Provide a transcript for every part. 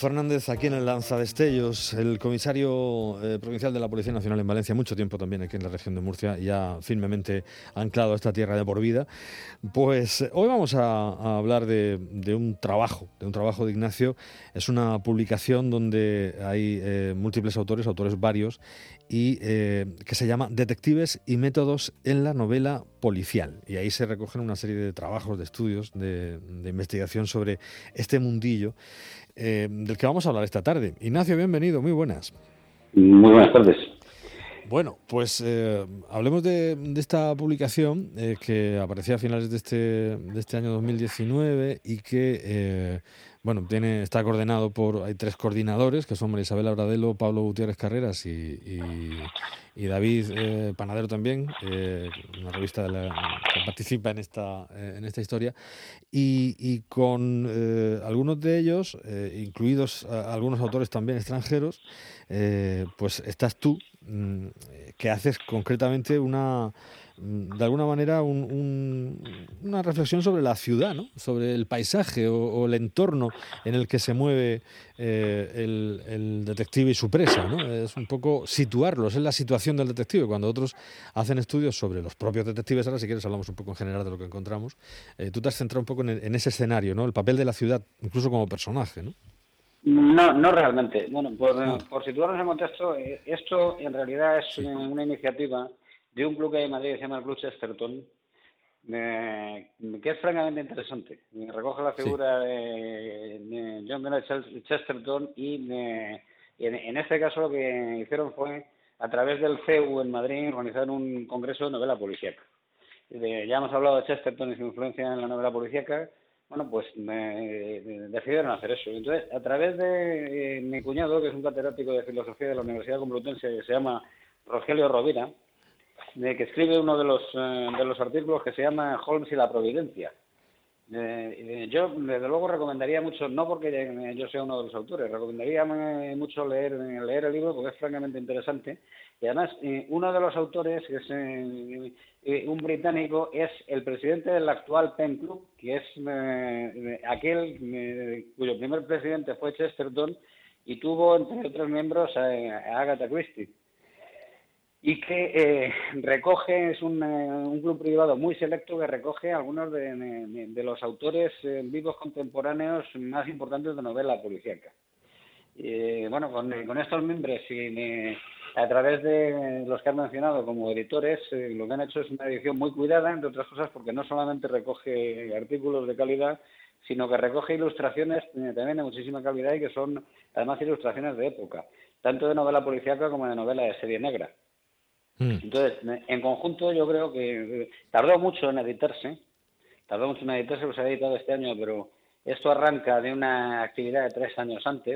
Fernández aquí en el Lanzadestellos, el comisario provincial de la Policía Nacional en Valencia, mucho tiempo también aquí en la región de Murcia, ya firmemente anclado a esta tierra de por vida. Pues hoy vamos a hablar de un trabajo de Ignacio. Es una publicación donde hay múltiples autores varios, y que se llama Detectives y métodos en la novela policial. Y ahí se recogen una serie de trabajos, de estudios, de investigación sobre este mundillo del que vamos a hablar esta tarde. Ignacio, bienvenido, muy buenas. Muy buenas tardes. Bueno, pues hablemos de esta publicación que aparecía a finales de este año 2019 y que está coordinado hay 3 coordinadores, que son María Isabel Abradelo, Pablo Gutiérrez Carreras y David Panadero también, una revista que participa en esta historia, y con algunos de ellos, incluidos algunos autores también extranjeros, pues estás tú, que haces concretamente de alguna manera una reflexión sobre la ciudad, ¿no? Sobre el paisaje o el entorno en el que se mueve el detective y su presa, ¿no? Es un poco situarlos en la situación del detective, cuando otros hacen estudios sobre los propios detectives. Ahora, si quieres, hablamos un poco en general de lo que encontramos. Tú te has centrado un poco en ese escenario, ¿no? El papel de la ciudad, incluso como personaje, ¿no? No realmente. Bueno, por situarnos en contexto, esto en realidad es una iniciativa de un club que hay en Madrid que se llama el Club Chesterton, que es francamente interesante. Recoge la figura de John Bennett Chesterton y en este caso lo que hicieron fue, a través del CEU en Madrid, organizar un congreso de novela policíaca. Ya hemos hablado de Chesterton y su influencia en la novela policíaca. Bueno, pues decidieron hacer eso. Entonces, a través de mi cuñado, que es un catedrático de filosofía de la Universidad Complutense, que se llama Rogelio Rovira, que escribe uno de los artículos que se llama Holmes y la Providencia. Yo, desde luego, recomendaría mucho, no porque yo sea uno de los autores, recomendaría mucho leer el libro porque es francamente interesante. Y además, uno de los autores, que es un británico, es el presidente del actual Pen Club, que es aquel cuyo primer presidente fue Chesterton y tuvo, entre otros miembros, a Agatha Christie. Y que recoge, es un club privado muy selecto que recoge algunos de los autores vivos contemporáneos más importantes de novela policíaca. Con estos miembros y a través de los que han mencionado como editores, lo que han hecho es una edición muy cuidada, entre otras cosas porque no solamente recoge artículos de calidad, sino que recoge ilustraciones también de muchísima calidad y que son además ilustraciones de época, tanto de novela policíaca como de novela de serie negra. Entonces, en conjunto, yo creo que tardó mucho en editarse, pues se ha editado este año, pero esto arranca de una actividad de 3 años antes.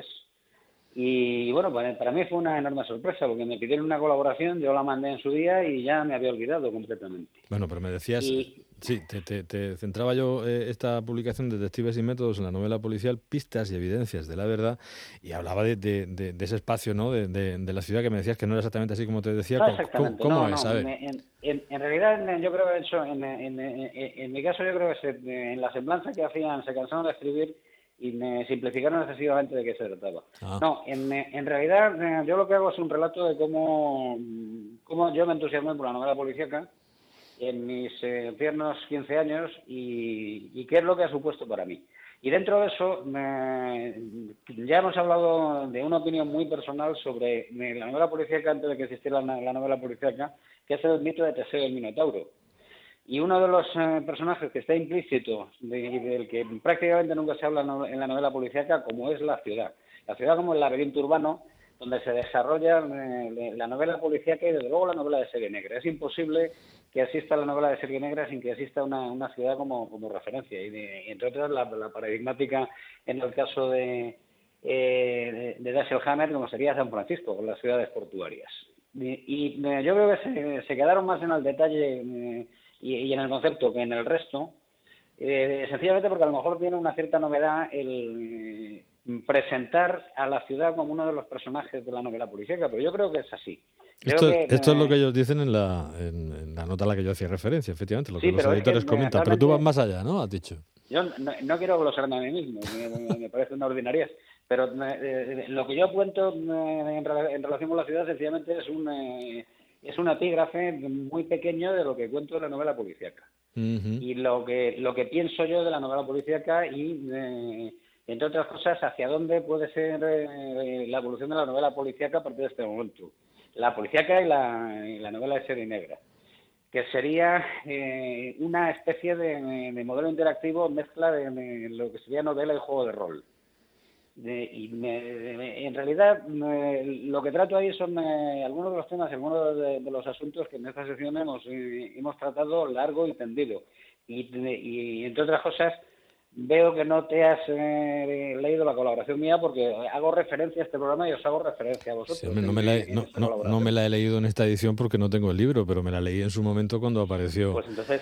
Y bueno, para mí fue una enorme sorpresa, porque me pidieron una colaboración, yo la mandé en su día y ya me había olvidado completamente. Bueno, pero me decías... Sí, te centraba yo esta publicación de Detectives y métodos en la novela policial, pistas y evidencias de la verdad, y hablaba de ese espacio, ¿no? De la ciudad, que me decías que no era exactamente así como te decía. No, exactamente. ¿Cómo es? A ver. En realidad, yo creo que eso, en mi caso, yo creo que en la semblanza que hacían se cansaron de escribir y me simplificaron excesivamente de qué se trataba. No, en realidad yo lo que hago es un relato de cómo yo me entusiasmé por la novela policíaca en mis tiernos 15 años y qué es lo que ha supuesto para mí. Y dentro de eso, ya hemos hablado de una opinión muy personal sobre la novela policíaca antes de que existiera la novela policíaca, que es el mito de Teseo y el Minotauro. Y uno de los personajes que está implícito, del que prácticamente nunca se habla en la novela policíaca, como es la ciudad. La ciudad como el laberinto urbano, donde se desarrolla la novela policíaca y, desde luego, la novela de serie negra. Es imposible que exista la novela de serie negra sin que exista una ciudad como referencia. Y entre otras, la paradigmática, en el caso de Dashiell Hammett, como sería San Francisco, con las ciudades portuarias. Y yo creo que se quedaron más en el detalle y en el concepto que en el resto, sencillamente porque a lo mejor tiene una cierta novedad el presentar a la ciudad como uno de los personajes de la novela policíaca, pero yo creo que es así. Esto es lo que ellos dicen en la nota a la que yo hacía referencia, efectivamente, lo que los editores comentan. Pero tú vas más allá, ¿no? Has dicho. Yo no quiero glosarme a mí mismo, me parece una ordinariedad. Pero lo que yo cuento en relación con la ciudad sencillamente es un epígrafe muy pequeño de lo que cuento de la novela policíaca. Uh-huh. Y lo que pienso yo de la novela policíaca y, entre otras cosas, hacia dónde puede ser la evolución de la novela policíaca a partir de este momento. La policíaca y la novela de serie negra, que sería una especie de modelo interactivo, mezcla de lo que sería novela y juego de rol. En realidad, lo que trato ahí son algunos de los temas, algunos de los asuntos que en esta sección hemos tratado largo y tendido. Y entre otras cosas, veo que no te has leído la colaboración mía porque hago referencia a este programa y os hago referencia a vosotros. Sí, hombre, no me la he leído en esta edición porque no tengo el libro, pero me la leí en su momento cuando apareció. Pues entonces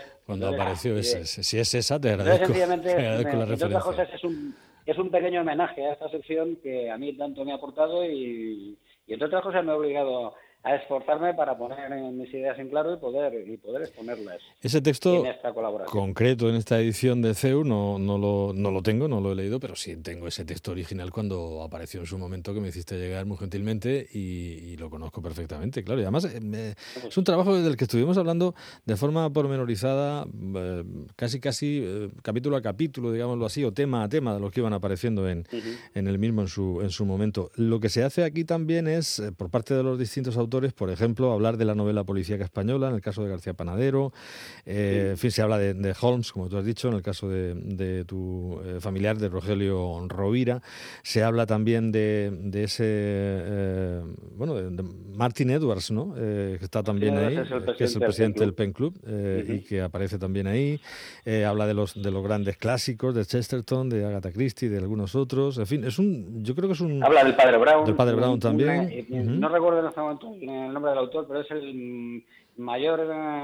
si es esa, te agradezco, sencillamente, te agradezco la referencia. Entre otras cosas, es un pequeño homenaje a esta sección que a mí tanto me ha aportado y entre otras cosas me ha obligado a esforzarme para poner mis ideas en claro y poder exponerlas. Ese texto en esta colaboración concreto en esta edición de CEU no lo tengo, no lo he leído, pero sí tengo ese texto original cuando apareció en su momento, que me hiciste llegar muy gentilmente y lo conozco perfectamente, claro. Y además es un trabajo del que estuvimos hablando de forma pormenorizada, casi capítulo a capítulo, digámoslo así, o tema a tema de los que iban apareciendo en el mismo en su momento. Lo que se hace aquí también es, por parte de los distintos autores, por ejemplo, hablar de la novela policíaca española, en el caso de García Panadero, en fin, se habla de Holmes, como tú has dicho, en el caso de tu familiar, de Rogelio Rovira, se habla también de ese, de Martin Edwards, ¿no? Que está también ahí, que es el presidente del Pen Club, y que aparece también ahí, habla de los grandes clásicos, de Chesterton, de Agatha Christie, de algunos otros, en fin, yo creo que es un... Habla del Padre Brown. Del Padre Brown también. No recuerdo en este momento el nombre del autor, pero es el mayor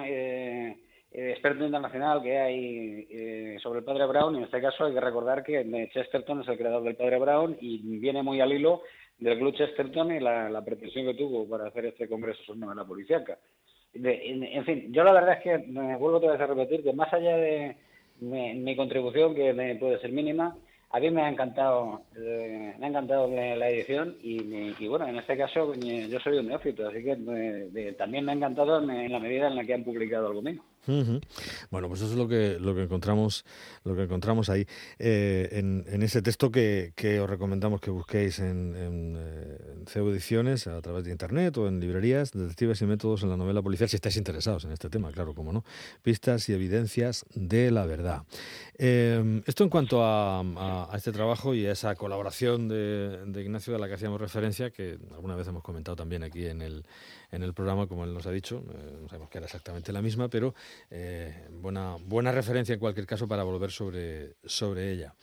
experto internacional que hay sobre el Padre Brown. Y en este caso hay que recordar que Chesterton es el creador del Padre Brown y viene muy al hilo del Club Chesterton y la pretensión que tuvo para hacer este congreso sobre novela policíaca. En fin, yo la verdad es que me vuelvo otra vez a repetir que más allá de mi contribución, que puede ser mínima, a mí me ha encantado la edición y bueno, en este caso yo soy un neófito, así que también me ha encantado en la medida en la que han publicado algo mío. Uh-huh. Bueno, pues eso es lo que encontramos ahí en ese texto que os recomendamos que busquéis en CEU Ediciones a través de internet o en librerías, Detectives y métodos en la novela policial, si estáis interesados en este tema, claro, como no, pistas y evidencias de la verdad. Esto en cuanto a este trabajo y a esa colaboración de Ignacio de la que hacíamos referencia, que alguna vez hemos comentado también aquí en el programa, como él nos ha dicho, no sabemos que era exactamente la misma, pero buena referencia en cualquier caso para volver sobre ella.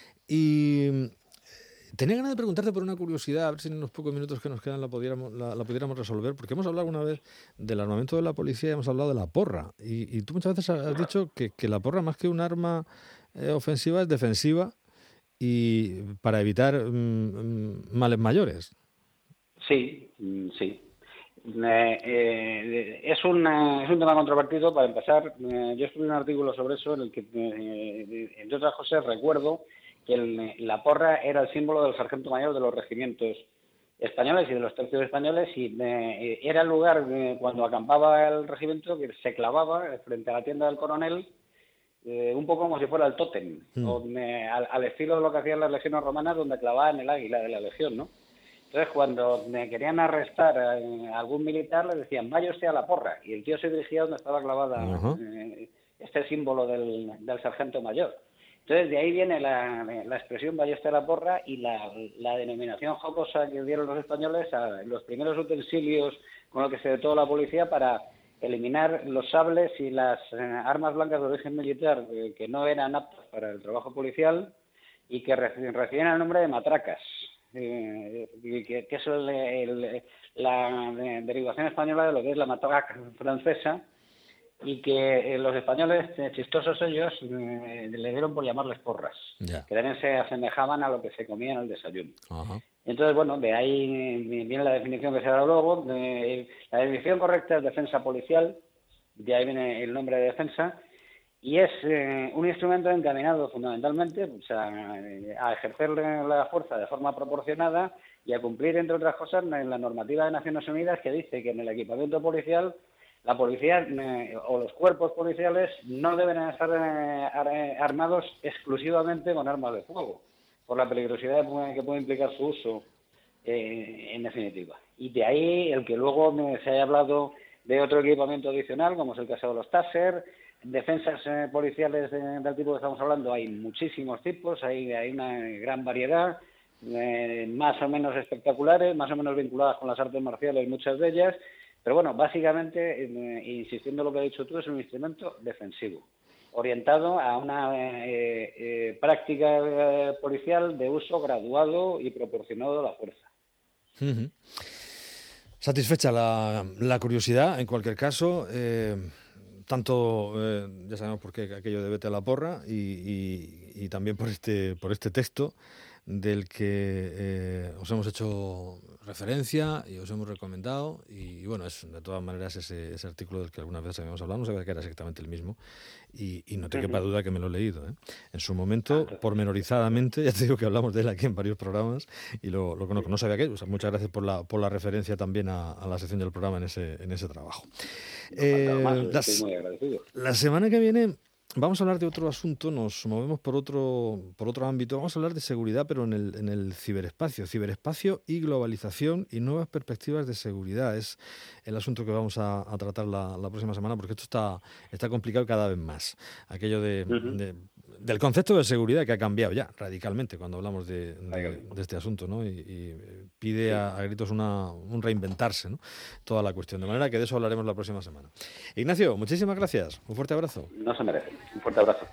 Y tenía ganas de preguntarte por una curiosidad, a ver si en los pocos minutos que nos quedan la pudiéramos resolver, porque hemos hablado alguna vez del armamento de la policía y hemos hablado de la porra. Y tú muchas veces has dicho que la porra, más que un arma ofensiva, es defensiva y para evitar males mayores. Sí. Es un tema controvertido. Para empezar, yo escribí un artículo sobre eso en el que, entre otras cosas, recuerdo que la porra era el símbolo del sargento mayor de los regimientos españoles y de los tercios españoles y era el lugar cuando acampaba el regimiento que se clavaba frente a la tienda del coronel, un poco como si fuera el tótem, al estilo de lo que hacían las legiones romanas, donde clavaban el águila de la legión, ¿no? Entonces, cuando me querían arrestar a algún militar, le decían, vaya usted a la porra. Y el tío se dirigía donde estaba clavada este símbolo del sargento mayor. Entonces, de ahí viene la expresión vaya usted a la porra y la denominación jocosa que dieron los españoles a los primeros utensilios con los que se dotó la policía para eliminar los sables y las armas blancas de origen militar que no eran aptas para el trabajo policial y que recibían el nombre de matracas. Que es la derivación española de lo que es la matraca francesa y que los españoles, chistosos ellos, le dieron por llamarles porras, que también se asemejaban a lo que se comía en el desayuno. Uh-huh. Entonces, bueno, de ahí viene la definición que se da luego. La definición correcta es defensa policial, de ahí viene el nombre de defensa. y es un instrumento encaminado fundamentalmente pues, a ejercer la fuerza de forma proporcionada y a cumplir, entre otras cosas, la normativa de Naciones Unidas que dice que en el equipamiento policial la policía o los cuerpos policiales no deben estar armados exclusivamente con armas de fuego, por la peligrosidad que puede implicar su uso, en definitiva. Y de ahí el que luego se haya hablado de otro equipamiento adicional, como es el caso de los Taser. Defensas policiales del tipo que estamos hablando, hay muchísimos tipos, hay una gran variedad, más o menos espectaculares, más o menos vinculadas con las artes marciales, muchas de ellas, pero bueno, básicamente, insistiendo en lo que has dicho tú, es un instrumento defensivo, orientado a una práctica policial de uso graduado y proporcionado a la fuerza. Uh-huh. Satisfecha la curiosidad, en cualquier caso, tanto, ya sabemos por qué aquello de vete a la porra y también por este texto del que os hemos hecho referencia y os hemos recomendado y bueno, es de todas maneras ese artículo del que algunas veces habíamos hablado, no sabía que era exactamente el mismo y no te quepa duda que me lo he leído, ¿eh? En su momento, pormenorizadamente, ya te digo que hablamos de él aquí en varios programas y lo conozco, no sabía que, o sea, muchas gracias por la referencia también a la sección del programa en ese trabajo. Estoy muy agradecido. La semana que viene vamos a hablar de otro asunto, nos movemos por otro ámbito, vamos a hablar de seguridad, pero en el ciberespacio y globalización y nuevas perspectivas de seguridad. Es el asunto que vamos a tratar la próxima semana, porque esto está complicado cada vez más. Aquello del concepto de seguridad que ha cambiado ya radicalmente cuando hablamos de este asunto, ¿no? Y pide a gritos un reinventarse, ¿no? Toda la cuestión. De manera que de eso hablaremos la próxima semana. Ignacio, muchísimas gracias. Un fuerte abrazo. No se merece. Un fuerte abrazo.